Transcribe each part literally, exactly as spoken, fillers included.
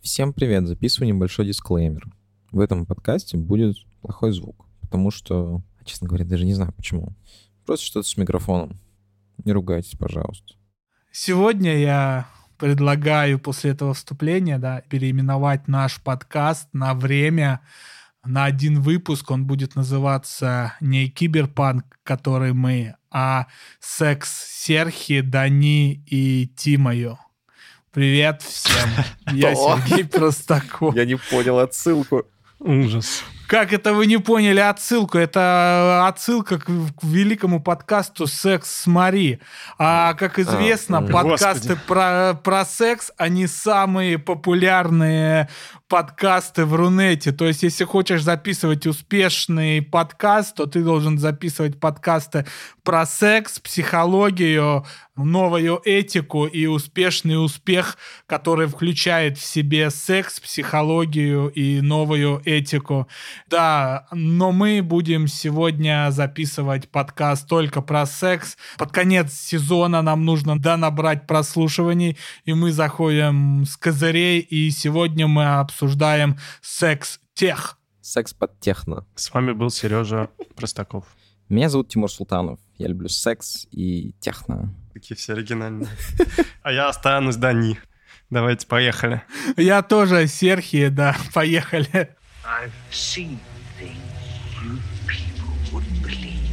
Всем привет, записываю небольшой дисклеймер. В этом подкасте будет плохой звук, потому что, честно говоря, даже не знаю почему. Просто что-то с микрофоном. Не ругайтесь, пожалуйста. Сегодня я предлагаю после этого вступления, да, переименовать наш подкаст на время, на один выпуск. Он будет называться не «Киберпанк», который мы, а «Секс Серхи, Дани и Тимою». Привет всем, я Сергей Простаков. Я не понял отсылку. Ужас. Как это вы не поняли отсылку? Это отсылка к, к великому подкасту «Секс с Мари». А как известно, а, подкасты про, про секс, они самые популярные подкасты в Рунете. То есть, если хочешь записывать успешный подкаст, то ты должен записывать подкасты про секс, психологию, новую этику и успешный успех, который включает в себе секс, психологию и новую этику. Да, но мы будем сегодня записывать подкаст только про секс. Под конец сезона нам нужно да, набрать прослушиваний, и мы заходим с козырей, и сегодня мы обсуждаем секс-тех. Секс под техно. С вами был Сережа Простаков. Меня зовут Тимур Султанов. Я люблю секс и техно. Такие все оригинальные. А я останусь Дани. Давайте, поехали. Я тоже Серхи, да, поехали. I've seen things you people wouldn't believe.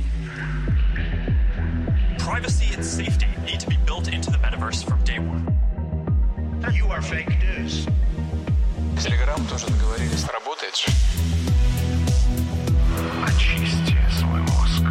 Privacy and safety need to be built into the metaverse from day one. You are fake news. Телеграм тоже договорились. Работает же. Очисти свой мозг.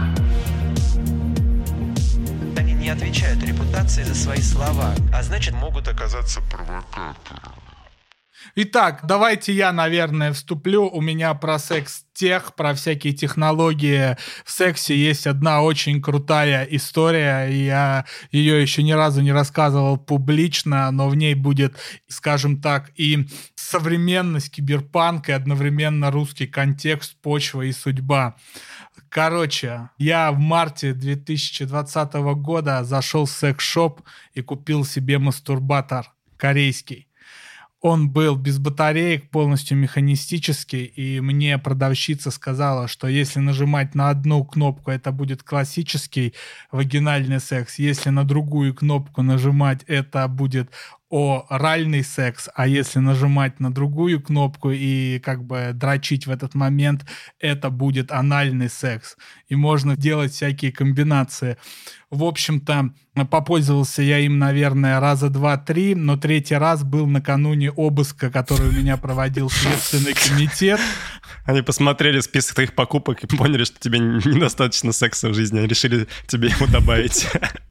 Они не отвечают репутации за свои слова, а значит могут Оказаться провокатором. Итак, давайте я, наверное, вступлю. У меня про секс-тех, про всякие технологии в сексе есть одна очень крутая история. Я ее еще ни разу не рассказывал публично, но в ней будет, скажем так, и современность, киберпанк, и одновременно русский контекст, почва и судьба. Короче, я в марте две тысячи двадцатого года зашел в секс-шоп и купил себе мастурбатор корейский. Он был без батареек, полностью механистический, и мне продавщица сказала, что если нажимать на одну кнопку, это будет классический вагинальный секс, если на другую кнопку нажимать, это будет оральный секс, а если нажимать на другую кнопку и как бы дрочить в этот момент, это будет анальный секс. И можно делать всякие комбинации. В общем-то, попользовался я им, наверное, раза два-три, но третий раз был накануне обыска, который у меня проводил Следственный комитет. Они посмотрели список твоих покупок и поняли, что тебе недостаточно секса в жизни, они решили тебе его добавить.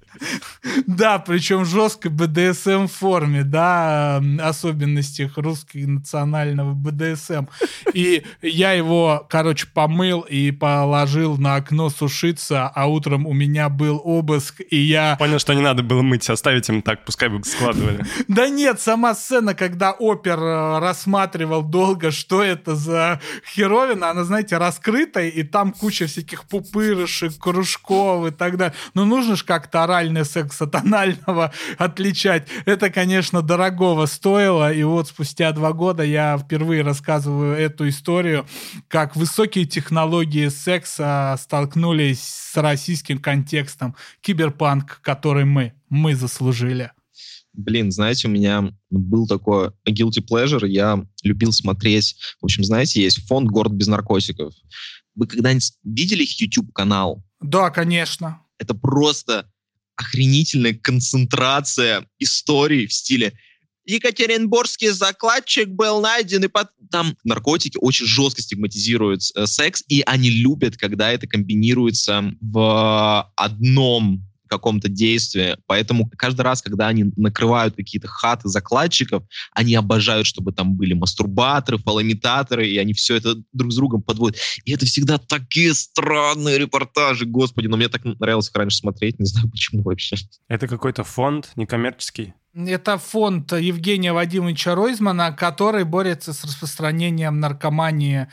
Да, причем в жесткой бэ дэ эс эм форме, да, особенностях русского национального бэ дэ эс эм. И я его, короче, помыл и положил на окно сушиться, а утром у меня был обыск, и я... Понял, что не надо было мыть, оставить им так, пускай бы складывали. Да нет, сама сцена, когда опер рассматривал долго, что это за херовина, она, знаете, раскрытая, и там куча всяких пупырышек, кружков и так далее. Но нужно же как-то орально секс от анального отличать. Это, конечно, дорогого стоило. И вот спустя два года я впервые рассказываю эту историю, как высокие технологии секса столкнулись с российским контекстом. Киберпанк, который мы, мы заслужили. Блин, знаете, у меня был такой guilty pleasure. Я любил смотреть... В общем, знаете, есть фонд «Город без наркотиков». Вы когда-нибудь видели их YouTube-канал? Да, конечно. Это просто... охренительная концентрация историй в стиле «Екатеринбургский закладчик был найден», и под... там наркотики очень жестко стигматизируют э, секс, и они любят, когда это комбинируется в одном каком-то действии. Поэтому каждый раз, когда они накрывают какие-то хаты закладчиков, они обожают, чтобы там были мастурбаторы, фалоимитаторы, и они все это друг с другом подводят. И это всегда такие странные репортажи, господи, но мне так нравилось их раньше смотреть, не знаю почему вообще. Это какой-то фонд некоммерческий? Это фонд Евгения Вадимовича Ройзмана, который борется с распространением наркомании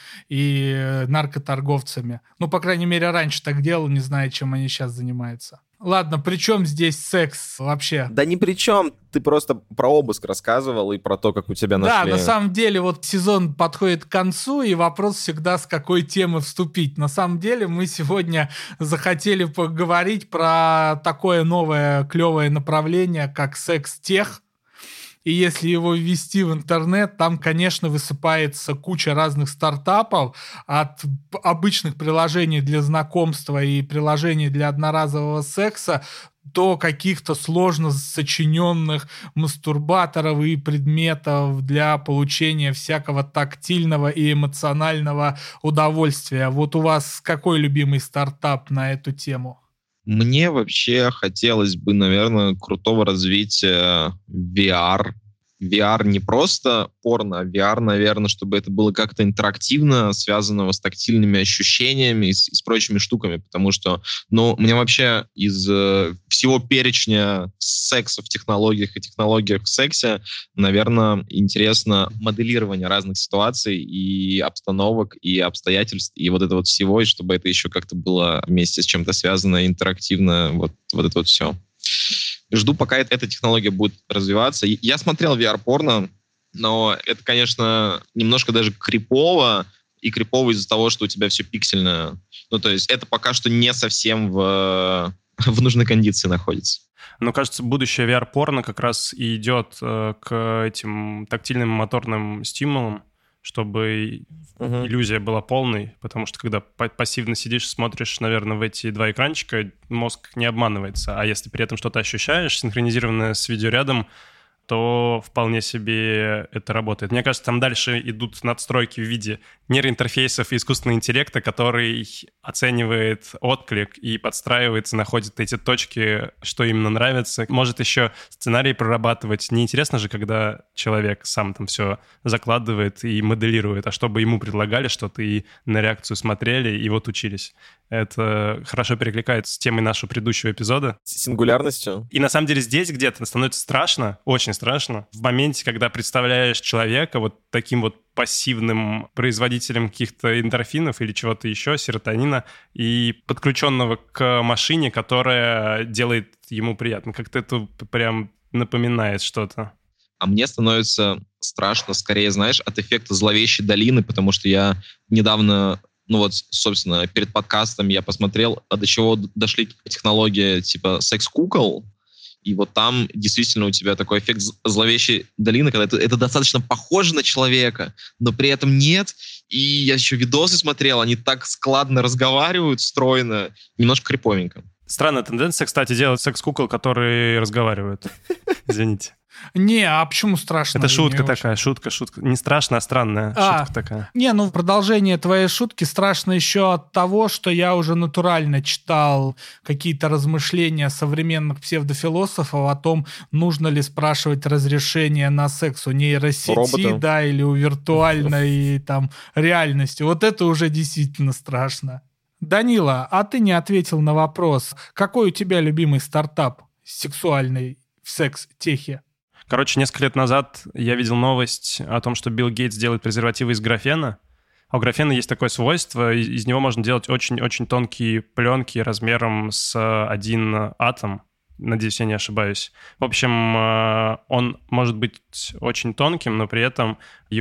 и наркоторговцами. Ну, по крайней мере, раньше так делал, не знаю, чем они сейчас занимаются. Ладно, при чем здесь секс вообще? Да ни при чем, ты просто про обыск рассказывал и про то, как у тебя нашли. Да, на самом деле, вот сезон подходит к концу, и вопрос всегда, с какой темы вступить. На самом деле, мы сегодня захотели поговорить про такое новое клевое направление, как секс-тех. И если его ввести в интернет, там, конечно, высыпается куча разных стартапов, от обычных приложений для знакомства и приложений для одноразового секса до каких-то сложно сочиненных мастурбаторов и предметов для получения всякого тактильного и эмоционального удовольствия. Вот у вас какой любимый стартап на эту тему? Мне вообще хотелось бы, наверное, крутого развития ви ар. ви ар не просто порно, а ви ар, наверное, чтобы это было как-то интерактивно, связанного с тактильными ощущениями и с, и с прочими штуками, потому что, ну, мне вообще из э, всего перечня секса в технологиях и технологиях в сексе, наверное, интересно моделирование разных ситуаций и обстановок, и обстоятельств, и вот это вот всего, и чтобы это еще как-то было вместе с чем-то связано, интерактивно, вот, вот это вот все. Жду, пока эта технология будет развиваться. Я смотрел ви ар-порно, но это, конечно, немножко даже крипово, и крипово из-за того, что у тебя все пиксельное. Ну, то есть это пока что не совсем в, в нужной кондиции находится. Ну, кажется, будущее ви ар-порно как раз и идет э, к этим тактильным моторным стимулам, чтобы uh-huh. иллюзия была полной, потому что когда пассивно сидишь, смотришь, наверное, в эти два экранчика, мозг не обманывается. А если при этом что-то ощущаешь, синхронизированное с видеорядом, то вполне себе это работает. Мне кажется, там дальше идут надстройки в виде нейроинтерфейсов и искусственного интеллекта, который оценивает отклик и подстраивается, находит эти точки, что именно нравится. Может еще сценарий прорабатывать. Неинтересно же, когда человек сам там все закладывает и моделирует, а чтобы ему предлагали что-то и на реакцию смотрели, и вот учились. Это хорошо перекликается с темой нашего предыдущего эпизода. С сингулярностью. И на самом деле здесь где-то становится страшно, очень страшно, в моменте, когда представляешь человека вот таким вот пассивным производителем каких-то эндорфинов или чего-то еще, серотонина, и подключенного к машине, которая делает ему приятно. Как-то это прям напоминает что-то. А мне становится страшно, скорее, знаешь, от эффекта зловещей долины, потому что я недавно... Ну вот, собственно, перед подкастом я посмотрел, а до чего дошли технологии типа секс-кукол, и вот там действительно у тебя такой эффект зловещей долины, когда это, это достаточно похоже на человека, но при этом нет. И я еще видосы смотрел, они так складно разговаривают, стройно, немножко криповенько. Странная тенденция, кстати, делать секс-кукол, которые разговаривают. Извините. Не, а почему страшно? Это шутка такая, шутка, шутка. Не страшная, а странная а, шутка такая. Не, ну в продолжение твоей шутки страшно еще от того, что я уже натурально читал какие-то размышления современных псевдофилософов о том, нужно ли спрашивать разрешение на секс у нейросети, Робота. Да, или у виртуальной там реальности. Вот это уже действительно страшно. Данила, а ты не ответил на вопрос, какой у тебя любимый стартап сексуальный в секс-техе? Короче, несколько лет назад я видел новость о том, что Билл Гейтс делает презервативы из графена. А у графена есть такое свойство, из него можно делать очень-очень тонкие пленки размером с один атом. Надеюсь, я не ошибаюсь. В общем, он может быть очень тонким, но при этом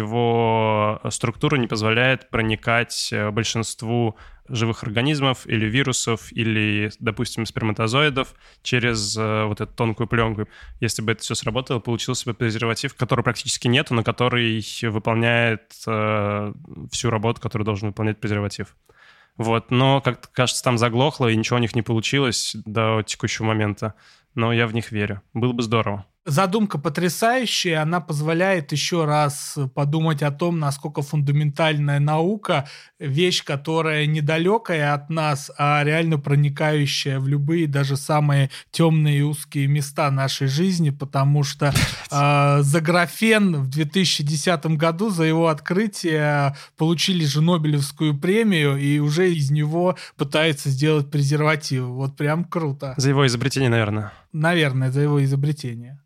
его структура не позволяет проникать большинству живых организмов или вирусов, или, допустим, сперматозоидов через э, вот эту тонкую пленку. Если бы это все сработало, получился бы презерватив, который практически нету, но который выполняет э, всю работу, которую должен выполнять презерватив. Вот. Но, как кажется, там заглохло, и ничего у них не получилось до текущего момента. Но я в них верю. Было бы здорово. Задумка потрясающая, она позволяет еще раз подумать о том, насколько фундаментальная наука – вещь, которая недалекая от нас, а реально проникающая в любые, даже самые темные и узкие места нашей жизни, потому что э, за графен в две тысячи десятом году, за его открытие, получили же Нобелевскую премию, и уже из него пытаются сделать презервативы. Вот прям круто. За его изобретение, наверное. Наверное, за его изобретение.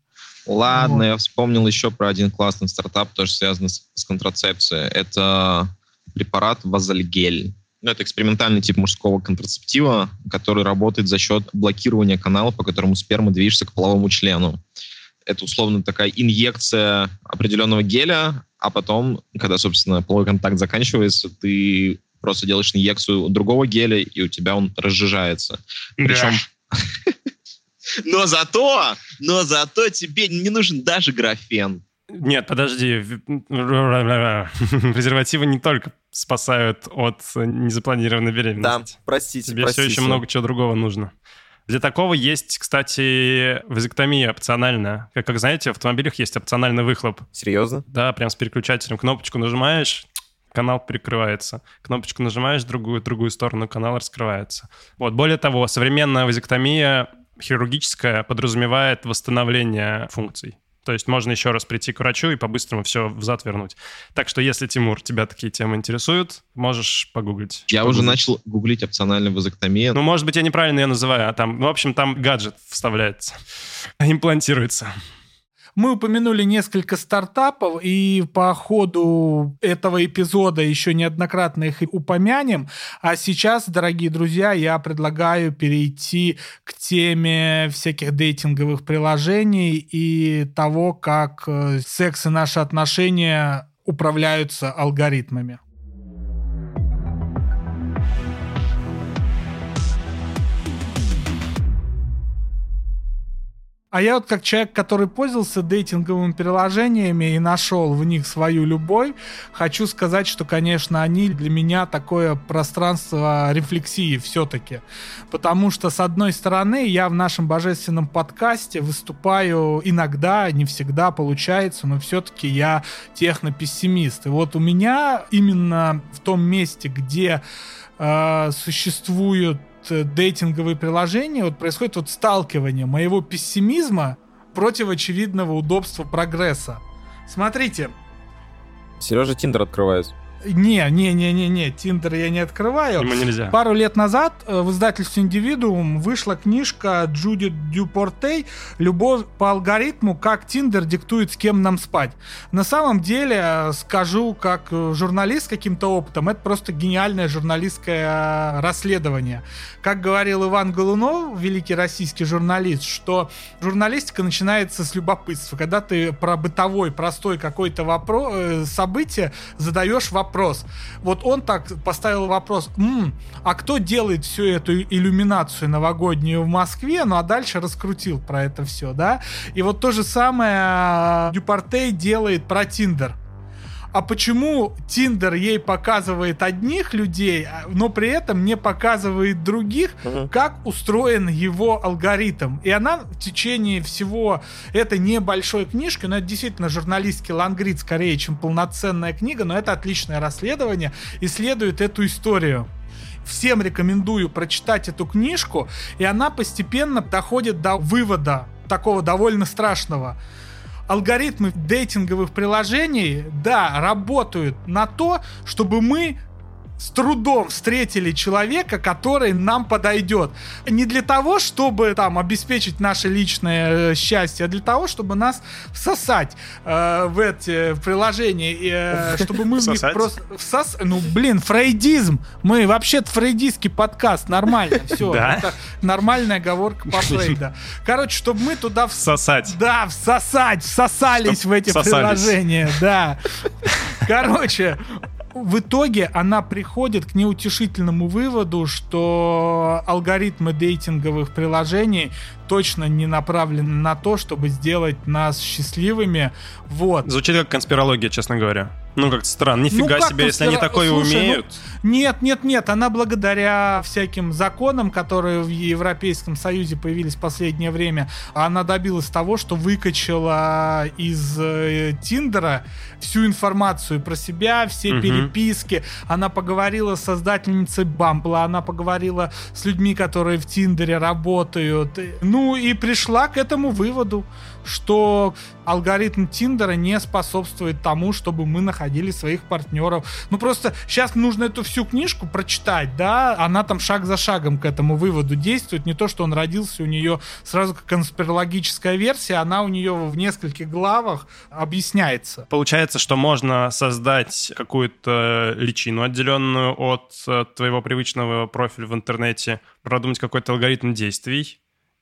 Ладно, Вот. я вспомнил еще про один классный стартап, тоже связанный с, с контрацепцией. Это препарат Вазальгель. Ну, это экспериментальный тип мужского контрацептива, который работает за счет блокирования канала, по которому сперма движется к половому члену. Это, условно, такая инъекция определенного геля, а потом, когда, собственно, половой контакт заканчивается, ты просто делаешь инъекцию другого геля, и у тебя он разжижается. Причем... Но зато, но зато тебе не нужен даже графен. Нет, подожди. Презервативы не только спасают от незапланированной беременности. Да, простите, Тебе простите. все еще много чего другого нужно. Для такого есть, кстати, вазэктомия опциональная. Как, как знаете, в автомобилях есть опциональный выхлоп. Серьезно? Да, прям с переключателем. Кнопочку нажимаешь, канал перекрывается. Кнопочку нажимаешь, другую, другую сторону, канал раскрывается. Вот. Более того, современная вазэктомия хирургическая подразумевает восстановление функций. То есть можно еще раз прийти к врачу и по-быстрому все взад вернуть. Так что если, Тимур, тебя такие темы интересуют, можешь погуглить. Я Погуглить. уже начал гуглить опциональную вазэктомию. Ну, может быть, я неправильно ее называю, а там, ну, в общем, там гаджет вставляется, имплантируется. Мы упомянули несколько стартапов, и по ходу этого эпизода еще неоднократно их упомянем. А сейчас, дорогие друзья, я предлагаю перейти к теме всяких дейтинговых приложений и того, как секс и наши отношения управляются алгоритмами. А я вот как человек, который пользовался дейтинговыми приложениями и нашел в них свою любовь, хочу сказать, что, конечно, они для меня такое пространство рефлексии все-таки. Потому что, с одной стороны, я в нашем божественном подкасте выступаю иногда, не всегда получается, но все-таки я технопессимист. И вот у меня именно в том месте, где э, существуют дейтинговые приложения, вот происходит вот сталкивание моего пессимизма против очевидного удобства прогресса. Смотрите. Сережа Тиндер открывает. Не, не, не, не, не, Тиндер я не открываю. Ему нельзя. Пару лет назад в издательстве «Индивидуум» вышла книжка Джуди Дюпортей «Любовь по алгоритму. Как Тиндер диктует, с кем нам спать». На самом деле, скажу, как журналист с каким-то опытом, это просто гениальное журналистское расследование. Как говорил Иван Голунов, великий российский журналист, что журналистика начинается с любопытства. Когда ты про бытовой, простой какой-то вопрос, событие задаешь вопрос. Вопрос. Вот он так поставил вопрос: М, а кто делает всю эту иллюминацию новогоднюю в Москве? Ну а дальше раскрутил про это все, да? И вот то же самое Дюпортей делает про Тиндер. А почему Тиндер ей показывает одних людей, но при этом не показывает других, uh-huh. как устроен его алгоритм? И она в течение всего этой небольшой книжки, но это действительно журналистский лонгрид скорее, чем полноценная книга, но это отличное расследование, исследует эту историю. Всем рекомендую прочитать эту книжку, и она постепенно доходит до вывода такого довольно страшного. Алгоритмы дейтинговых приложений, да, работают на то, чтобы мы с трудом встретили человека, который нам подойдет. Не для того, чтобы там обеспечить наше личное счастье, а для того, чтобы нас всосать э, в эти приложения, э, чтобы мы в них просто... Всос... Ну, блин, фрейдизм. Мы вообще-то фрейдистский подкаст. Нормально. Все. Да? Нормальная оговорка по Фрейду. Короче, чтобы мы туда... Всосать. Да, всосать. Всосались в эти приложения. Да. Короче... В итоге она приходит к неутешительному выводу, что алгоритмы дейтинговых приложений точно не направлены на то, чтобы сделать нас счастливыми. Вот. Звучит как конспирология, честно говоря. Ну, как-то странно. Нифига ну, себе, если конспира... они такое Слушай, умеют. Ну, нет, нет, нет. Она благодаря всяким законам, которые в Европейском Союзе появились в последнее время, она добилась того, что выкачала из э, Тиндера всю информацию про себя, все угу. переписки. Она поговорила с создательницей Бамбла, она поговорила с людьми, которые в Тиндере работают. Ну, и пришла к этому выводу, что алгоритм Тиндера не способствует тому, чтобы мы находили своих партнеров. Ну просто сейчас нужно эту всю книжку прочитать, да, она там шаг за шагом к этому выводу действует, не то, что он родился у нее сразу как конспирологическая версия, она у нее в нескольких главах объясняется. Получается, что можно создать какую-то личину, отделенную от твоего привычного профиля в интернете, продумать какой-то алгоритм действий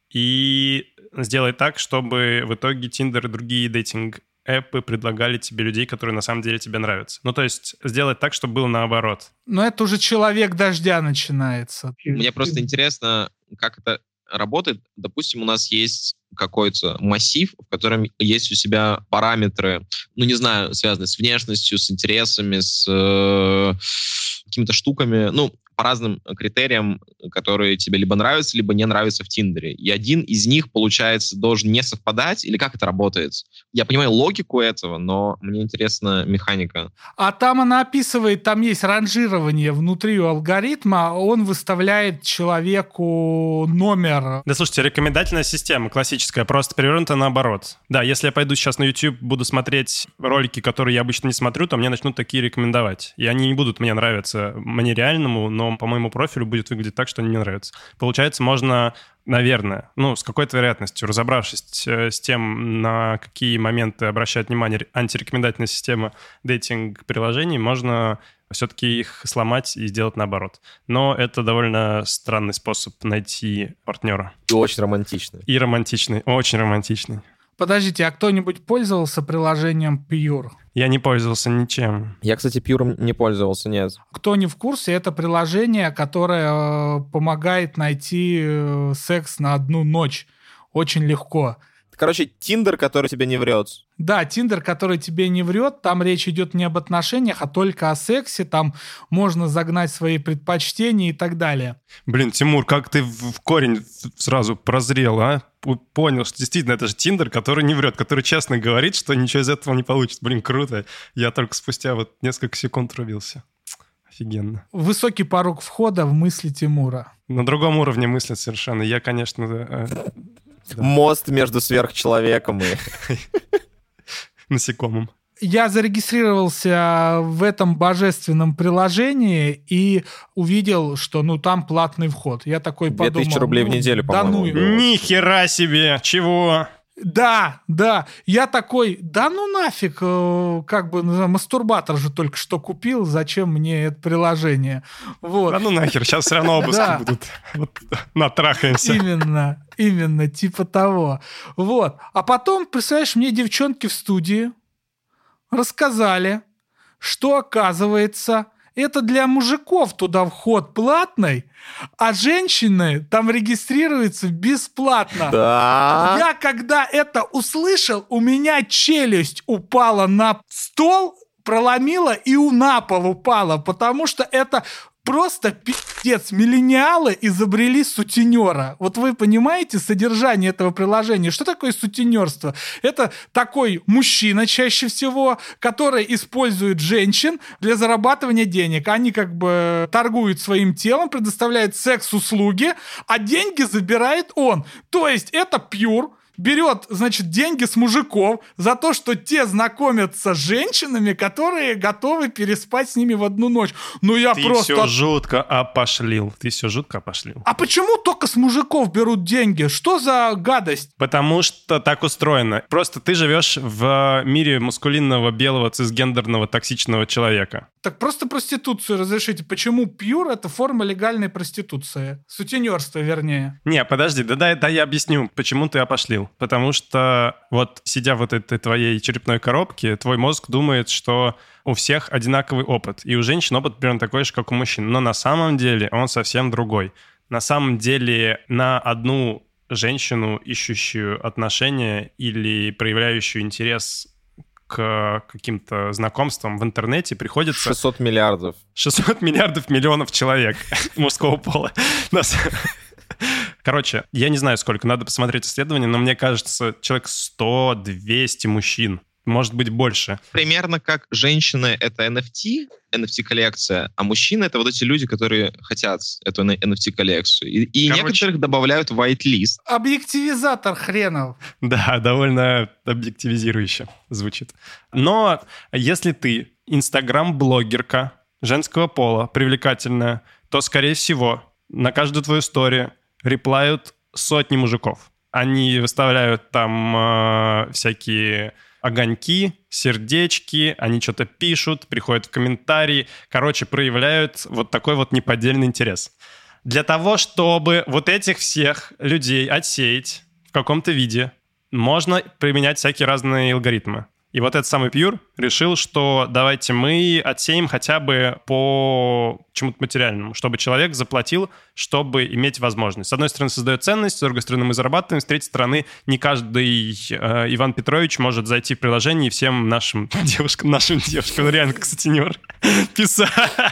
и сделать так, чтобы в итоге Tinder и другие дейтинг-эпы предлагали тебе людей, которые на самом деле тебе нравятся. Ну, то есть сделать так, чтобы было наоборот. Но это уже человек дождя начинается. Мне просто интересно, как это работает. Допустим, у нас есть какой-то массив, в котором есть у себя параметры, ну, не знаю, связанные с внешностью, с интересами, с э, какими-то штуками, ну, по разным критериям, которые тебе либо нравятся, либо не нравятся в Тиндере. И один из них, получается, должен не совпадать, или как это работает? Я понимаю логику этого, но мне интересна механика. А там она описывает, там есть ранжирование внутри алгоритма, он выставляет человеку номер. Да, слушайте, рекомендательная система классическая, просто перевернута наоборот. Да, если я пойду сейчас на YouTube, буду смотреть ролики, которые я обычно не смотрю, то мне начнут такие рекомендовать. И они не будут мне нравиться, мне реальному, но по моему профилю будет выглядеть так, что они мне нравятся. Получается, можно, наверное, ну, с какой-то вероятностью, разобравшись с тем, на какие моменты обращает внимание антирекомендательная система дейтинг-приложений, можно все-таки их сломать и сделать наоборот. Но это довольно странный способ найти партнера. И очень романтичный. И романтичный, очень романтичный. Подождите, а кто-нибудь пользовался приложением Pure? Я не пользовался ничем. Я, кстати, Pure не пользовался, нет. Кто не в курсе, это приложение, которое э, помогает найти э, секс на одну ночь. Очень легко. Короче, Tinder, который тебе не врет. Да, Tinder, который тебе не врет, там речь идет не об отношениях, а только о сексе, там можно загнать свои предпочтения и так далее. Блин, Тимур, как ты в корень сразу прозрел, а? Понял, что действительно это же Tinder, который не врет, который честно говорит, что ничего из этого не получится. Блин, круто. Я только спустя вот несколько секунд рубился. Офигенно. Высокий порог входа в мысли Тимура. На другом уровне мыслят совершенно. Я, конечно... Да. Мост между сверхчеловеком и... насекомым. Я зарегистрировался в этом божественном приложении и увидел, что ну там платный вход. Я такой подумал... две тысячи рублей ну, в неделю, да по-моему. Ну... Ни хера себе! Чего? Да, да. Я такой, да ну нафиг, как бы мастурбатор же только что купил, зачем мне это приложение? Вот. Да ну нахер, сейчас все равно обыски будут. Вот, натрахаемся. Именно, именно, типа того. Вот. А потом, представляешь, мне девчонки в студии рассказали, что, оказывается, это для мужиков туда вход платный, а женщины там регистрируются бесплатно. Да. Я когда это услышал, у меня челюсть упала на стол, проломила и на пол упала, потому что это... Просто пиздец, миллениалы изобрели сутенера. Вот вы понимаете содержание этого приложения? Что такое сутенерство? Это такой мужчина чаще всего, который использует женщин для зарабатывания денег. Они как бы торгуют своим телом, предоставляют секс-услуги, а деньги забирает он. То есть это Pure берет, значит, деньги с мужиков за то, что те знакомятся с женщинами, которые готовы переспать с ними в одну ночь. Ну я Ты просто... все жутко опошлил. Ты все жутко опошлил. А почему только с мужиков берут деньги? Что за гадость? Потому что так устроено. Просто ты живешь в мире маскулинного, белого, цисгендерного, токсичного человека. Так просто проституцию разрешите. Почему Pure — это форма легальной проституции? Сутенерства, вернее. Не, подожди, да, да, да я объясню, почему ты опошлил. Потому что вот сидя в вот этой твоей черепной коробке, твой мозг думает, что у всех одинаковый опыт. И у женщин опыт примерно такой же, как у мужчин. Но на самом деле он совсем другой. На самом деле на одну женщину, ищущую отношения или проявляющую интерес к каким-то знакомствам в интернете, приходится... шестьсот миллиардов. шестьсот миллиардов миллионов человек мужского пола. Короче, я не знаю сколько, надо посмотреть исследования, но мне кажется, человек сто-двести мужчин может быть больше. Примерно как женщины — это эн эф ти, эн эф ти-коллекция, а мужчины — это вот эти люди, которые хотят эту эн эф ти-коллекцию. И, и Короче, некоторых добавляют в white-list. Объективизатор хренов. Да, довольно объективизирующе звучит. Но если ты инстаграм-блогерка женского пола, привлекательная, то, скорее всего, на каждую твою историю реплают сотни мужиков. Они выставляют там э, всякие огоньки, сердечки, они что-то пишут, приходят в комментарии. Короче, проявляют вот такой вот неподдельный интерес. Для того, чтобы вот этих всех людей отсеять в каком-то виде, можно применять всякие разные алгоритмы. И вот этот самый Pure решил, что давайте мы отсеем хотя бы по чему-то материальному, чтобы человек заплатил, чтобы иметь возможность. С одной стороны, создает ценность, с другой стороны, мы зарабатываем, с третьей стороны, не каждый э, Иван Петрович может зайти в приложение и всем нашим девушкам, нашим девушкам, реально как сутенер, писать.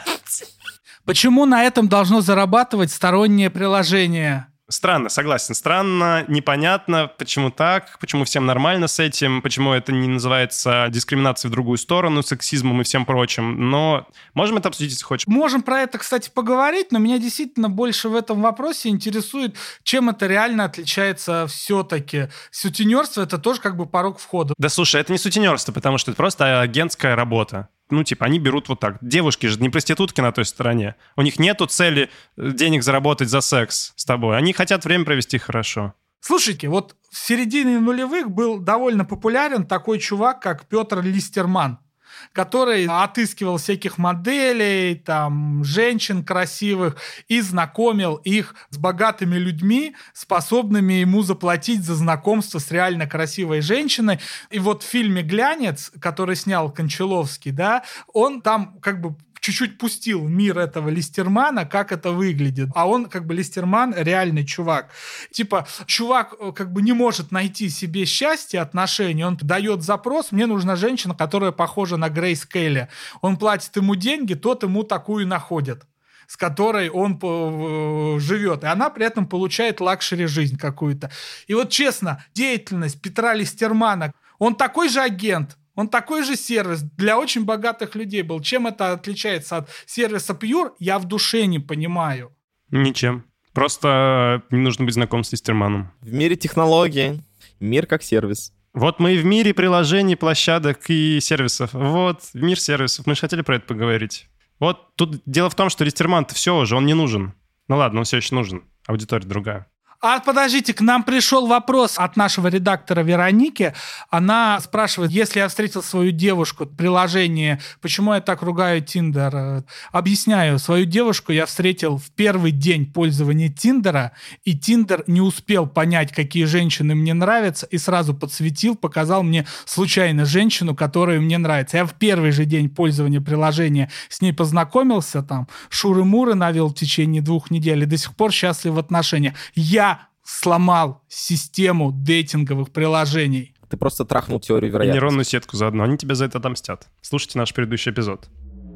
Почему на этом должно зарабатывать стороннее приложение? Странно, согласен. Странно, непонятно, почему так, почему всем нормально с этим, почему это не называется дискриминацией в другую сторону, сексизмом и всем прочим. Но можем это обсудить, если хочешь. Можем про это, кстати, поговорить, но меня действительно больше в этом вопросе интересует, чем это реально отличается все-таки. Сутенерство — это тоже как бы порог входа. Да слушай, это не сутенерство, потому что это просто агентская работа. Ну, типа, они берут вот так. Девушки же не проститутки на той стороне. У них нету цели денег заработать за секс с тобой. Они хотят время провести хорошо. Слушайте, вот в середине нулевых был довольно популярен такой чувак, как Петр Листерман, который отыскивал всяких моделей, там, женщин красивых и знакомил их с богатыми людьми, способными ему заплатить за знакомство с реально красивой женщиной. И вот в фильме «Глянец», который снял Кончаловский, да, он там как бы чуть-чуть пустил в мир этого Листермана, как это выглядит. А он, как бы, Листерман реальный чувак. Типа, чувак как бы не может найти себе счастье, отношения, он дает запрос, мне нужна женщина, которая похожа на Грейс Келли. Он платит ему деньги, тот ему такую находит, с которой он живет. И она при этом получает лакшери-жизнь какую-то. И вот честно, деятельность Петра Листермана, он такой же агент, он такой же сервис для очень богатых людей был. Чем это отличается от сервиса Pure, я в душе не понимаю. Ничем. Просто не нужно быть знаком с Листерманом. В мире технологий мир как сервис. Вот мы и в мире приложений, площадок и сервисов. Вот, мир сервисов. Мы же хотели про это поговорить. Вот тут дело в том, что Листерман-то все уже, он не нужен. Ну ладно, он все еще нужен. Аудитория другая. А подождите, к нам пришел вопрос от нашего редактора Вероники. Она спрашивает, если я встретил свою девушку в приложении, почему я так ругаю Тиндер? Объясняю, свою девушку я встретил в первый день пользования Тиндера, и Тиндер не успел понять, какие женщины мне нравятся, и сразу подсветил, показал мне случайно женщину, которая мне нравится. Я в первый же день пользования приложения с ней познакомился, там, шуры-муры навел в течение двух недель, и до сих пор счастлив в отношениях. Я сломал систему дейтинговых приложений. Ты просто трахнул теорию И вероятности. нейронную сетку заодно. Они тебя за это отомстят. Слушайте наш предыдущий эпизод.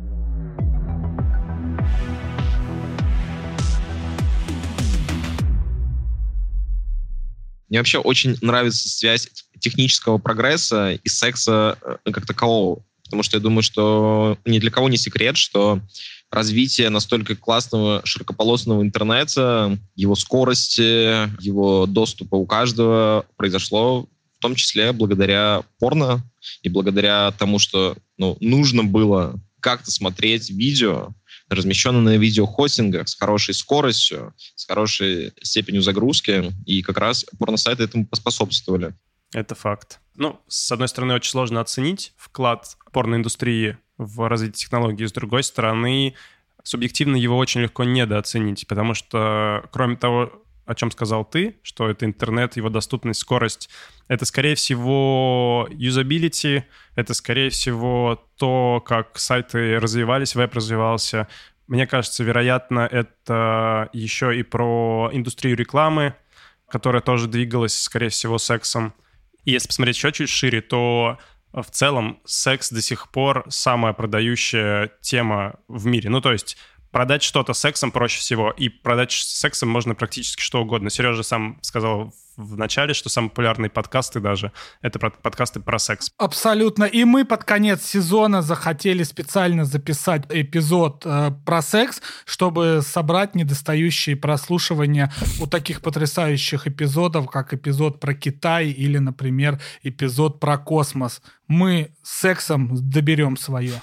Мне вообще очень нравится связь технического прогресса и секса как такового. Потому что я думаю, что ни для кого не секрет, что развитие настолько классного широкополосного интернета, его скорости, его доступа у каждого произошло в том числе благодаря порно и благодаря тому, что ну, нужно было как-то смотреть видео, размещенное на видеохостингах с хорошей скоростью, с хорошей степенью загрузки, и как раз порносайты этому поспособствовали. Это факт. Ну, с одной стороны, очень сложно оценить вклад порноиндустрии в развитие технологий, с другой стороны, субъективно его очень легко недооценить, потому что, кроме того, о чем сказал ты, что это интернет, его доступность, скорость, это, скорее всего, юзабилити, это, скорее всего, то, как сайты развивались, веб развивался. Мне кажется, вероятно, это еще и про индустрию рекламы, которая тоже двигалась, скорее всего, сексом. И если посмотреть еще чуть шире, то в целом секс до сих пор самая продающая тема в мире. Ну, то есть продать что-то сексом проще всего, и продать сексом можно практически что угодно. Сережа сам сказал в начале, что самые популярные подкасты даже — это про- подкасты про секс. Абсолютно. И мы под конец сезона захотели специально записать эпизод э, про секс, чтобы собрать недостающие прослушивания у таких потрясающих эпизодов, как эпизод про Китай или, например, эпизод про космос. Мы с сексом доберем свое.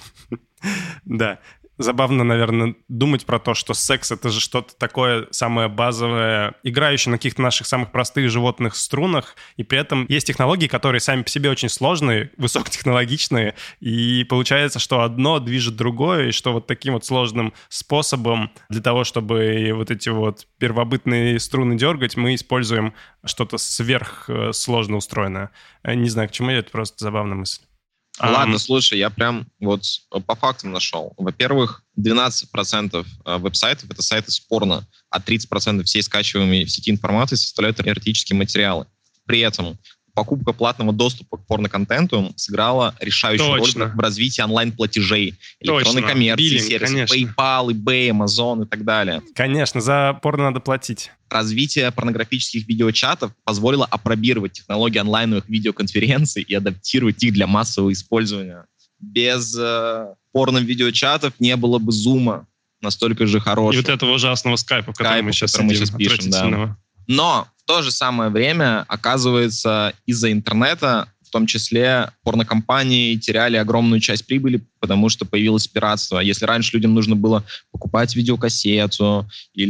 Да. Забавно, наверное, думать про то, что секс — это же что-то такое самое базовое, играющее на каких-то наших самых простых животных струнах, и при этом есть технологии, которые сами по себе очень сложные, высокотехнологичные, и получается, что одно движет другое, и что вот таким вот сложным способом для того, чтобы вот эти вот первобытные струны дергать, мы используем что-то сверхсложно устроенное. Не знаю, к чему я, это просто забавная мысль. Ладно, Um, слушай, я прям вот по фактам нашел. Во-первых, двенадцать процентов веб-сайтов — это сайты с порно, а тридцать процентов всей скачиваемой в сети информации составляют эротические материалы. При этом покупка платного доступа к порноконтенту сыграла решающую Точно. роль в развитии онлайн-платежей, электронной Точно. коммерции, Биллинг, сервисов конечно. PayPal, eBay, Amazon и так далее. Конечно, за порно надо платить. Развитие порнографических видеочатов позволило апробировать технологии онлайновых видеоконференций и адаптировать их для массового использования. Без э, порно-видеочатов не было бы зума настолько же хорошего. И вот этого ужасного скайпа, в котором Скайпа, мы сейчас в котором мы сидим, сейчас пишем, да. отвратительного. Но в то же самое время, оказывается, из-за интернета, в том числе, порнокомпании теряли огромную часть прибыли, потому что появилось пиратство. Если раньше людям нужно было покупать видеокассету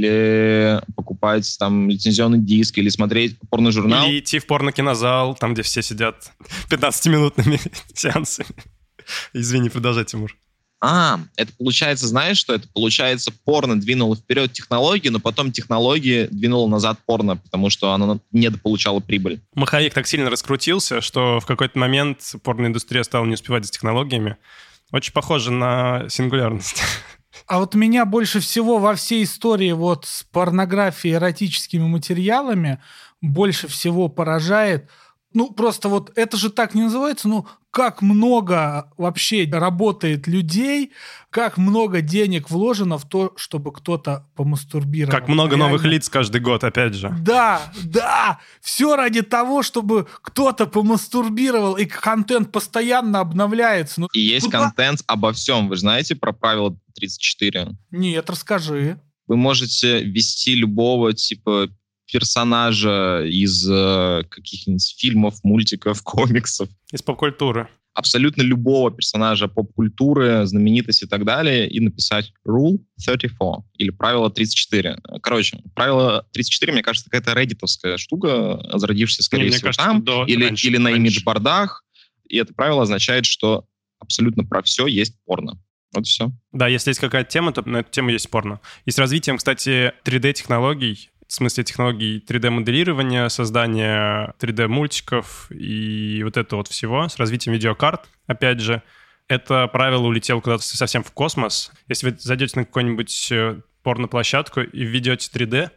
или покупать там лицензионный диск или смотреть порножурнал... Или идти в порнокинозал, там, где все сидят пятнадцатиминутными сеансами. Извини, продолжай, Тимур. А, это получается, знаешь что? Это получается, порно двинуло вперед технологии, но потом технологии двинуло назад порно, потому что оно недополучало прибыль. Маховик так сильно раскрутился, что в какой-то момент порноиндустрия стала не успевать за технологиями. Очень похоже на сингулярность. А вот меня больше всего во всей истории вот с порнографией, эротическими материалами больше всего поражает. Ну, просто вот это же так не называется, ну, как много вообще работает людей, как много денег вложено в то, чтобы кто-то помастурбировал. Как много Реально. новых лиц каждый год, опять же. Да, да, все ради того, чтобы кто-то помастурбировал, и контент постоянно обновляется. Ну, И есть куда? контент обо всем. Вы же знаете про правило тридцать четыре? Нет, расскажи. Вы можете ввести любого типа персонажа из э, каких-нибудь фильмов, мультиков, комиксов. Из поп-культуры. Абсолютно любого персонажа поп-культуры, знаменитости и так далее, и написать Rule тридцать четыре или правило тридцать четыре. Короче, правило тридцать четыре, мне кажется, какая-то реддитовская штука, зародившаяся, скорее Не, мне всего, кажется, там, до- или, раньше, или на раньше. имидж-бордах. И это правило означает, что абсолютно про все есть порно. Вот и все. Да, если есть какая-то тема, то на эту тему есть порно. И с развитием, кстати, три дэ-технологий, в смысле технологий три дэ-моделирования, создания три дэ-мультиков и вот это вот всего, с развитием видеокарт, опять же, это правило улетело куда-то совсем в космос. Если вы зайдете на какую-нибудь э, порно-площадку и введете три дэ,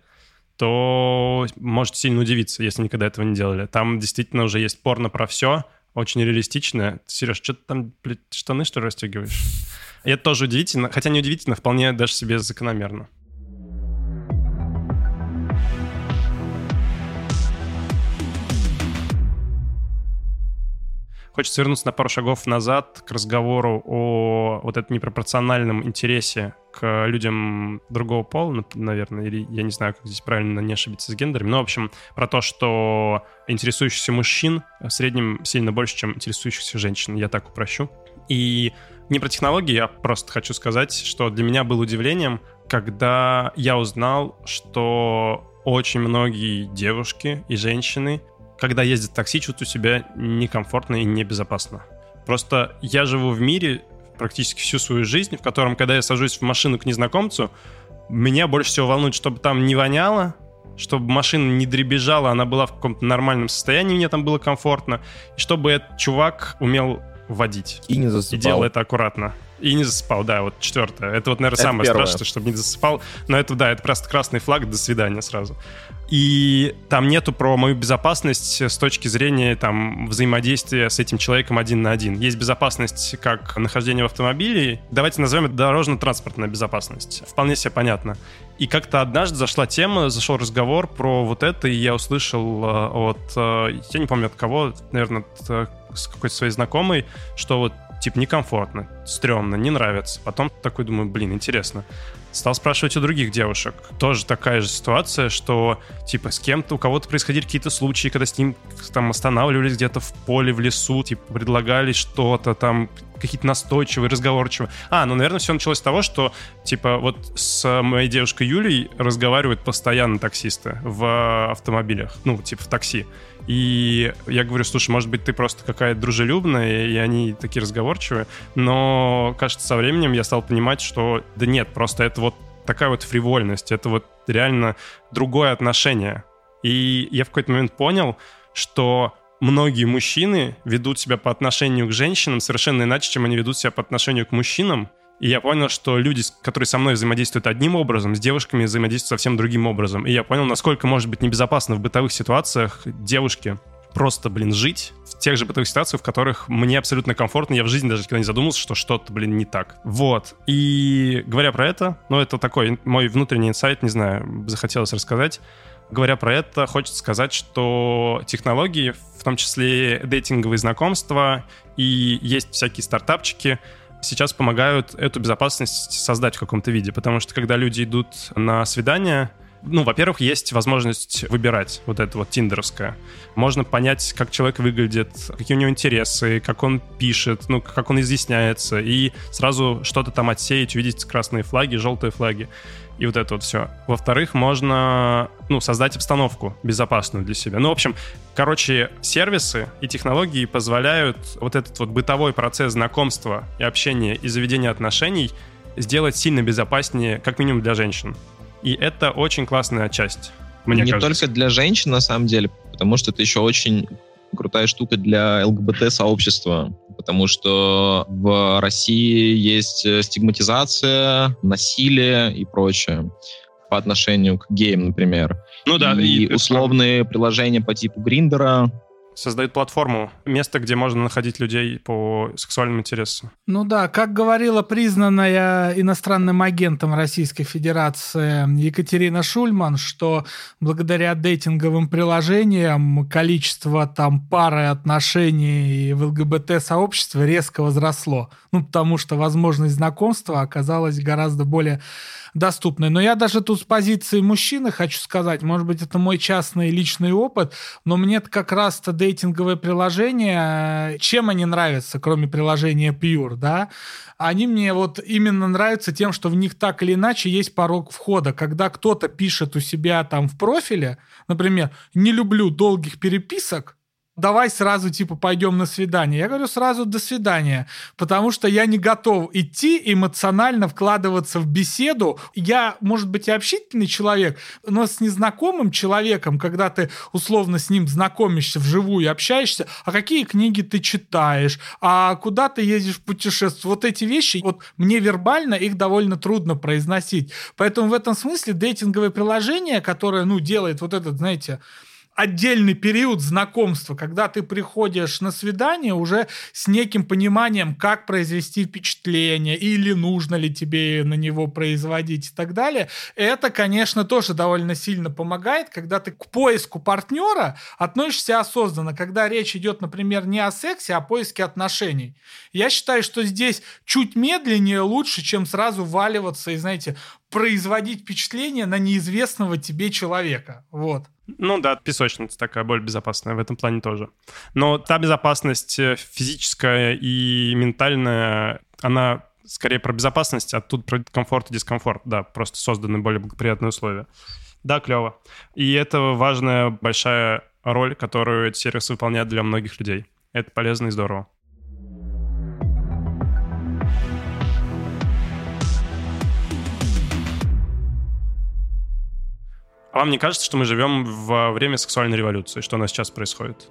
то можете сильно удивиться, если никогда этого не делали. Там действительно уже есть порно про все, очень реалистичное. Сереж, что ты там, блядь, штаны, что ли, расстегиваешь? И это тоже удивительно, хотя не удивительно, вполне даже себе закономерно. Хочется вернуться на пару шагов назад к разговору о вот этом непропорциональном интересе к людям другого пола, наверное, или я не знаю, как здесь правильно не ошибиться с гендерами, но, в общем, про то, что интересующихся мужчин в среднем сильно больше, чем интересующихся женщин, я так упрощу. И не про технологии, я просто хочу сказать, что для меня было удивлением, когда я узнал, что очень многие девушки и женщины, когда ездят в такси, чувствуют себя некомфортно и небезопасно. Просто я живу в мире практически всю свою жизнь, в котором, когда я сажусь в машину к незнакомцу, меня больше всего волнует, чтобы там не воняло, чтобы машина не дребезжала, она была в каком-то нормальном состоянии, мне там было комфортно, и чтобы этот чувак умел водить. И не И засыпал. делал это аккуратно. И не засыпал, да, вот четвертое. Это вот, наверное, Это самое первое. страшное, чтобы не засыпал. Но это, да, это просто красный флаг, до свидания сразу. И там нету про мою безопасность с точки зрения там взаимодействия с этим человеком один на один. Есть безопасность как нахождение в автомобиле. Давайте назовем это дорожно-транспортная безопасность. Вполне себе понятно. И как-то однажды зашла тема, зашел разговор про вот это, и я услышал э, от, э, я не помню от кого, наверное, от э, с какой-то своей знакомой, что вот типа некомфортно, стрёмно, не нравится. Потом такой думаю, блин, интересно. Стал спрашивать у других девушек. Тоже такая же ситуация, что типа с кем-то, у кого-то происходили какие-то случаи, когда с ним там останавливались где-то в поле, в лесу, типа предлагали что-то там, какие-то настойчивые, разговорчивые. А, ну, наверное, все началось с того, что типа вот с моей девушкой Юлей разговаривают постоянно таксисты в автомобилях, ну, типа в такси. И я говорю, слушай, может быть, ты просто какая-то дружелюбная, и они такие разговорчивые. Но, кажется, со временем я стал понимать, что да нет, просто это вот такая вот фривольность, это вот реально другое отношение. И я в какой-то момент понял, что многие мужчины ведут себя по отношению к женщинам совершенно иначе, чем они ведут себя по отношению к мужчинам. И я понял, что люди, которые со мной взаимодействуют одним образом, с девушками взаимодействуют совсем другим образом. И я понял, насколько может быть небезопасно в бытовых ситуациях девушке просто, блин, жить в тех же бытовых ситуациях, в которых мне абсолютно комфортно. Я в жизни даже никогда не задумывался, что что-то, блин, не так. Вот. И говоря про это, ну, это такой мой внутренний инсайт, не знаю, захотелось рассказать. Говоря про это, хочется сказать, что технологии, в том числе дейтинговые знакомства, и есть всякие стартапчики, сейчас помогают эту безопасность создать в каком-то виде. Потому что когда люди идут на свидание, ну, во-первых, есть возможность выбирать вот это вот тиндеровское. Можно понять, как человек выглядит, какие у него интересы, как он пишет, ну, как он изъясняется, и сразу что-то там отсеять, увидеть красные флаги, желтые флаги. И вот это вот все. Во-вторых, можно, ну, создать обстановку безопасную для себя. Ну, в общем, короче, сервисы и технологии позволяют вот этот вот бытовой процесс знакомства и общения и заведения отношений сделать сильно безопаснее, как минимум для женщин. И это очень классная часть, мне Не кажется. только для женщин, на самом деле, потому что это еще очень крутая штука для эл гэ бэ тэ-сообщества, потому что в России есть стигматизация, насилие и прочее по отношению к геям, например. Ну да, и, и условные приложения по типу Гриндера создают платформу, место, где можно находить людей по сексуальным интересам. Ну да, как говорила признанная иностранным агентом Российской Федерации Екатерина Шульман, что благодаря дейтинговым приложениям количество там пары отношений в эл гэ бэ тэ-сообществе резко возросло. Ну, потому что возможность знакомства оказалась гораздо более доступной. Но я даже тут с позиции мужчины хочу сказать, может быть, это мой частный личный опыт, но мне как раз-то дейтинговые приложения, чем они нравятся, кроме приложения Pure, да? Они мне вот именно нравятся тем, что в них так или иначе есть порог входа. Когда кто-то пишет у себя там в профиле, например, «не люблю долгих переписок», давай сразу, типа, пойдем на свидание. Я говорю сразу «до свидания», потому что я не готов идти эмоционально вкладываться в беседу. Я, может быть, и общительный человек, но с незнакомым человеком, когда ты условно с ним знакомишься вживую и общаешься, а какие книги ты читаешь, а куда ты ездишь в путешествие, вот эти вещи, вот мне вербально их довольно трудно произносить. Поэтому в этом смысле дейтинговое приложение, которое, ну, делает вот этот, знаете, отдельный период знакомства, когда ты приходишь на свидание уже с неким пониманием, как произвести впечатление, или нужно ли тебе на него производить и так далее. Это, конечно, тоже довольно сильно помогает, когда ты к поиску партнера относишься осознанно, когда речь идет, например, не о сексе, а о поиске отношений. Я считаю, что здесь чуть медленнее лучше, чем сразу валиваться и, знаете, производить впечатление на неизвестного тебе человека. Вот. Ну да, песочница такая, более безопасная в этом плане тоже. Но та безопасность физическая и ментальная, она скорее про безопасность, а тут про комфорт и дискомфорт. Да, просто созданы более благоприятные условия. Да, клево. И это важная, большая роль, которую эти сервисы выполняют для многих людей. Это полезно и здорово. А вам не кажется, что мы живем во время сексуальной революции? Что у нас сейчас происходит?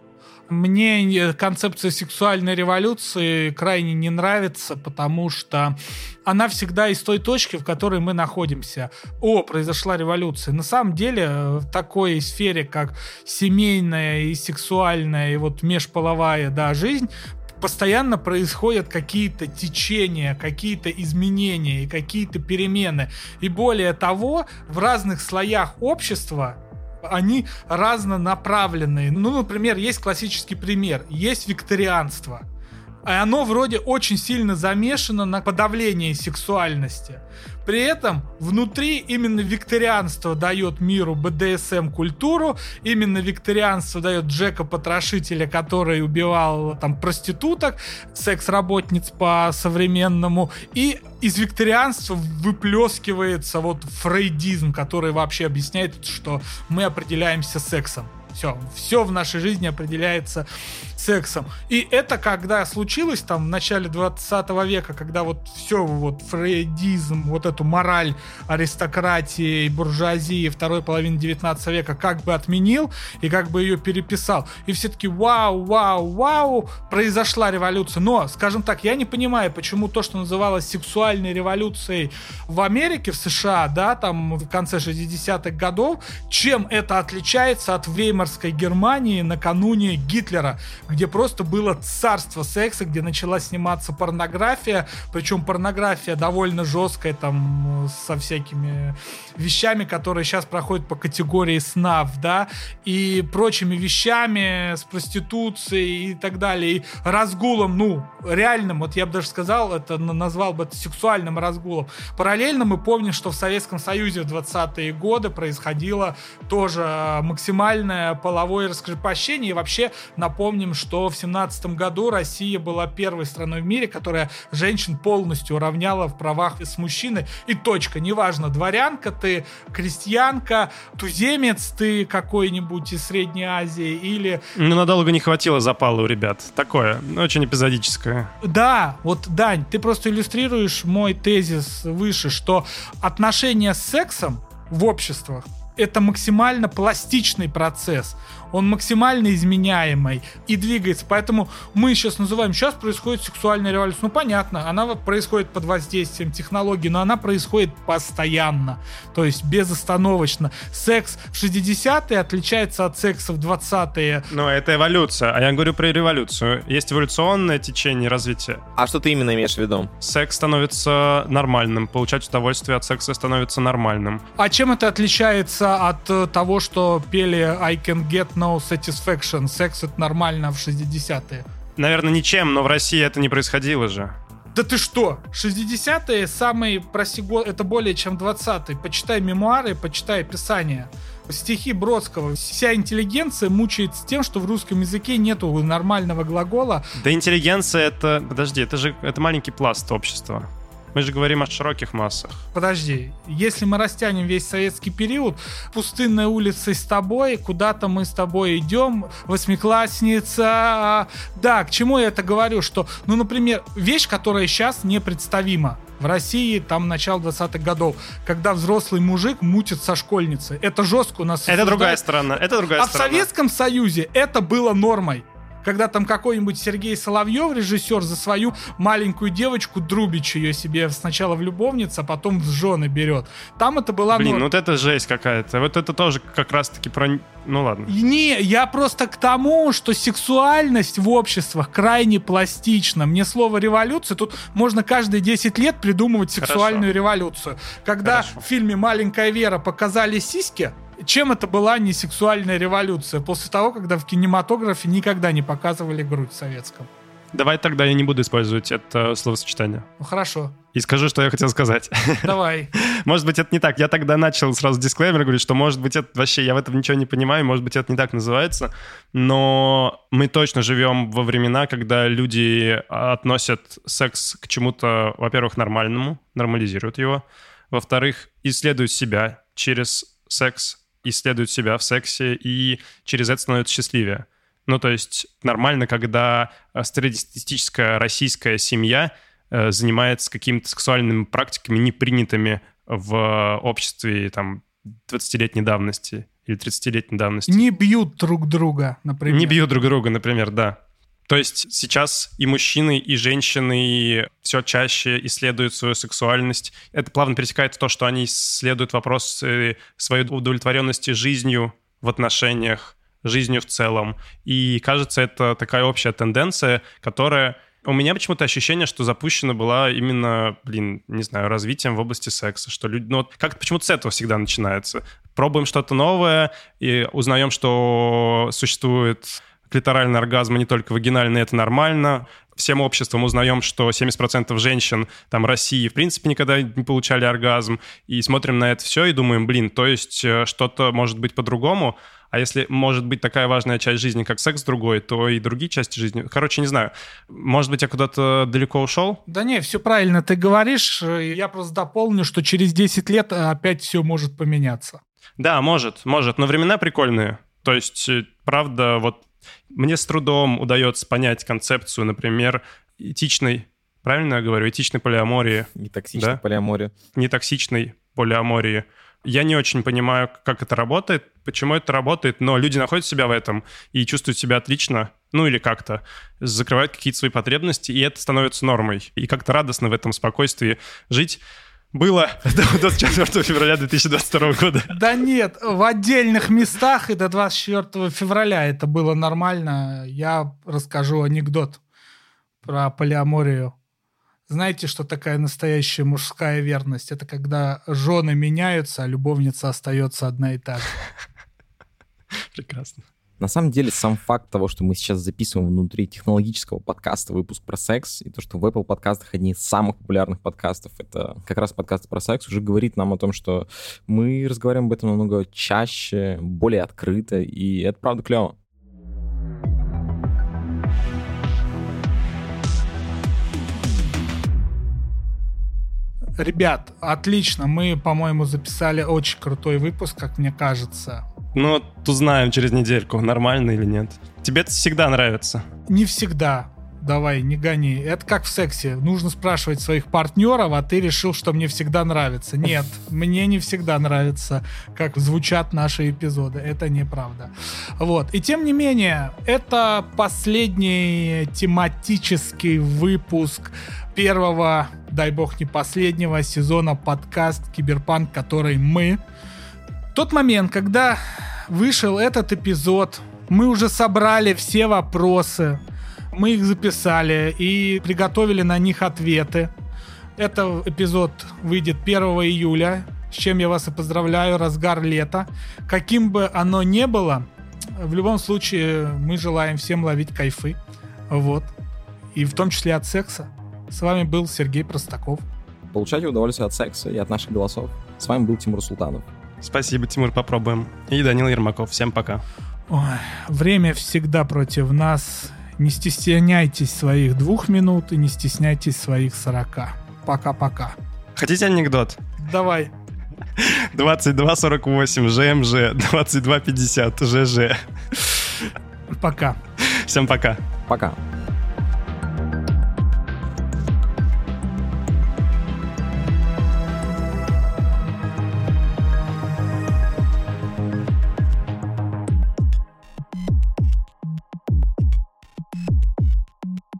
Мне концепция сексуальной революции крайне не нравится, потому что она всегда из той точки, в которой мы находимся. О, произошла революция. На самом деле в такой сфере, как семейная и сексуальная, и вот межполовая, да, жизнь, постоянно происходят какие-то течения, какие-то изменения и какие-то перемены. И более того, в разных слоях общества они разнонаправленные. Ну, например, есть классический пример. Есть викторианство. И оно вроде очень сильно замешано на подавлении сексуальности. При этом внутри именно викторианство дает миру бэ дэ эс эм-культуру, именно викторианство дает Джека-потрошителя, который убивал там проституток, секс-работниц по-современному, и из викторианства выплескивается вот фрейдизм, который вообще объясняет, что мы определяемся сексом. Все, все в нашей жизни определяется сексом. И это когда случилось там в начале двадцатого века, когда вот все, вот фрейдизм, вот эту мораль аристократии и буржуазии второй половины девятнадцатого века как бы отменил и как бы ее переписал. И все таки вау, вау, вау, произошла революция. Но, скажем так, я не понимаю, почему то, что называлось сексуальной революцией в Америке, в США, да, там в конце шестидесятых годов, чем это отличается от Веймарской Германии накануне Гитлера, где просто было царство секса, где начала сниматься порнография, причем порнография довольно жесткая, там, со всякими вещами, которые сейчас проходят по категории снав, да, и прочими вещами, с проституцией и так далее, и разгулом, ну, реальным, вот я бы даже сказал, это назвал бы это сексуальным разгулом. Параллельно мы помним, что в Советском Союзе в двадцатые годы происходило тоже максимальное половое раскрепощение, и вообще напомним, что в семнадцатом году Россия была первой страной в мире, которая женщин полностью уравняла в правах с мужчиной. И точка. Неважно, дворянка ты, крестьянка, туземец ты какой-нибудь из Средней Азии или... Ну, надолго не хватило запала у ребят. Такое, очень эпизодическое. Да, вот, Дань, ты просто иллюстрируешь мой тезис выше, что отношения с сексом в обществах — это максимально пластичный процесс. Он максимально изменяемый и двигается. Поэтому мы сейчас называем, сейчас происходит сексуальная революция. Ну, понятно, она происходит под воздействием технологий, но она происходит постоянно, то есть безостановочно. Секс в шестидесятые отличается от секса в двадцатые. Ну, это эволюция, а я говорю про революцию. Есть эволюционное течение развития. А что ты именно имеешь в виду? Секс становится нормальным, получать удовольствие от секса становится нормальным. А чем это отличается от того, что пели I can get no satisfaction? Секс — это нормально в шестидесятые. Наверное, ничем, но в России это не происходило же. Да ты что? шестидесятые самые, прости, это более чем двадцатые. Почитай мемуары, почитай описания. Стихи Бродского. Вся интеллигенция мучается тем, что в русском языке нету нормального глагола. Да интеллигенция — это... Подожди, это же это маленький пласт общества. Мы же говорим о широких массах. Подожди, если мы растянем весь советский период, пустынной улицей с тобой, куда-то мы с тобой идем, восьмиклассница. Да, к чему я это говорю? Что, ну, например, вещь, которая сейчас непредставима в России, там, начало двадцатых годов, когда взрослый мужик мутит со школьницей. Это жестко у нас... Это другая сторона, это другая а сторона. А в Советском Союзе это было нормой. Когда там какой-нибудь Сергей Соловьев, режиссер, за свою маленькую девочку Друбич ее себе сначала в любовницу, а потом в жены берет. Там это была... Блин, ну, ну вот это жесть какая-то. Вот это тоже как раз-таки про... Ну ладно. Не, я просто к тому, что сексуальность в обществах крайне пластична. Мне слово революция, тут можно каждые десять лет придумывать сексуальную Хорошо. революцию. Когда Хорошо. в фильме «Маленькая Вера» показали сиськи, чем это была не сексуальная революция? После того, когда в кинематографе никогда не показывали грудь в советском. Давай тогда я не буду использовать это словосочетание. Ну хорошо. И скажу, что я хотел сказать. Давай. Может быть, это не так. Я тогда начал сразу дисклеймер говорить, что, может быть, это вообще, я в этом ничего не понимаю, может быть, это не так называется, но мы точно живем во времена, когда люди относят секс к чему-то, во-первых, нормальному, нормализируют его, во-вторых, исследуют себя через секс, исследуют себя в сексе и через это становятся счастливее. Ну, то есть нормально, когда среднестатистическая российская семья э, занимается какими-то сексуальными практиками, не принятыми в обществе там двадцатилетней давности или тридцатилетней давности. Не бьют друг друга, например. Не бьют друг друга, например, да. То есть сейчас и мужчины, и женщины все чаще исследуют свою сексуальность. Это плавно перетекает в то, что они исследуют вопрос своей удовлетворенности жизнью в отношениях, жизнью в целом. И кажется, это такая общая тенденция, которая... У меня почему-то ощущение, что запущена была именно, блин, не знаю, развитием в области секса, что люди... Ну вот как-то почему-то с этого всегда начинается. Пробуем что-то новое и узнаем, что существует клиторальный оргазм, и не только вагинальный, это нормально. Всем обществом узнаем, что семьдесят процентов женщин там России в принципе никогда не получали оргазм. И смотрим на это все и думаем, блин, то есть что-то может быть по-другому. А если может быть такая важная часть жизни, как секс другой, то и другие части жизни... Короче, не знаю. Может быть, я куда-то далеко ушел? Да не, все правильно ты говоришь. Я просто дополню, что через десять лет опять все может поменяться. Да, может, может. Но времена прикольные. То есть, правда, вот мне с трудом удается понять концепцию, например, этичной, правильно я говорю, этичной полиамории. Нетоксичной да? полиамории. Нетоксичной полиамории. Я не очень понимаю, как это работает, почему это работает, но люди находят себя в этом и чувствуют себя отлично, ну или как-то, закрывают какие-то свои потребности, и это становится нормой. И как-то радостно в этом спокойствии жить. Было до двадцать четвёртого февраля две тысячи двадцать второго года. Да нет, в отдельных местах и до двадцать четвёртого февраля это было нормально. Я расскажу анекдот про полиаморию. Знаете, что такая настоящая мужская верность? Это когда жены меняются, а любовница остается одна и та же. Прекрасно. На самом деле, сам факт того, что мы сейчас записываем внутри технологического подкаста выпуск про секс, и то, что в Apple подкастах одни из самых популярных подкастов, это как раз подкасты про секс, уже говорит нам о том, что мы разговариваем об этом намного чаще, более открыто, и это правда клево. Ребят, отлично. Мы, по-моему, записали очень крутой выпуск, как мне кажется. Ну, вот узнаем через недельку, нормально или нет. Тебе это всегда нравится? Не всегда. Давай, не гони. Это как в сексе. Нужно спрашивать своих партнеров, а ты решил, что мне всегда нравится. Нет, мне не всегда нравится, как звучат наши эпизоды. Это неправда. Вот. И тем не менее, это последний тематический выпуск первого, дай бог не последнего, сезона подкаст «Киберпанк», который мы... В тот момент, когда вышел этот эпизод, мы уже собрали все вопросы, мы их записали и приготовили на них ответы. Этот эпизод выйдет первого июля, с чем я вас и поздравляю, разгар лета. Каким бы оно ни было, в любом случае мы желаем всем ловить кайфы. Вот. И в том числе от секса. С вами был Сергей Простаков. Получайте удовольствие от секса и от наших голосов. С вами был Тимур Султанов. Спасибо, Тимур, попробуем. И Данил Ермаков. Всем пока. Ой, время всегда против нас. Не стесняйтесь своих двух минут и не стесняйтесь своих сорока. Пока-пока. Хотите анекдот? Давай. двадцать два сорок восемь ЖМЖ, двадцать два пятьдесят ЖЖ. Пока. Всем пока. Пока.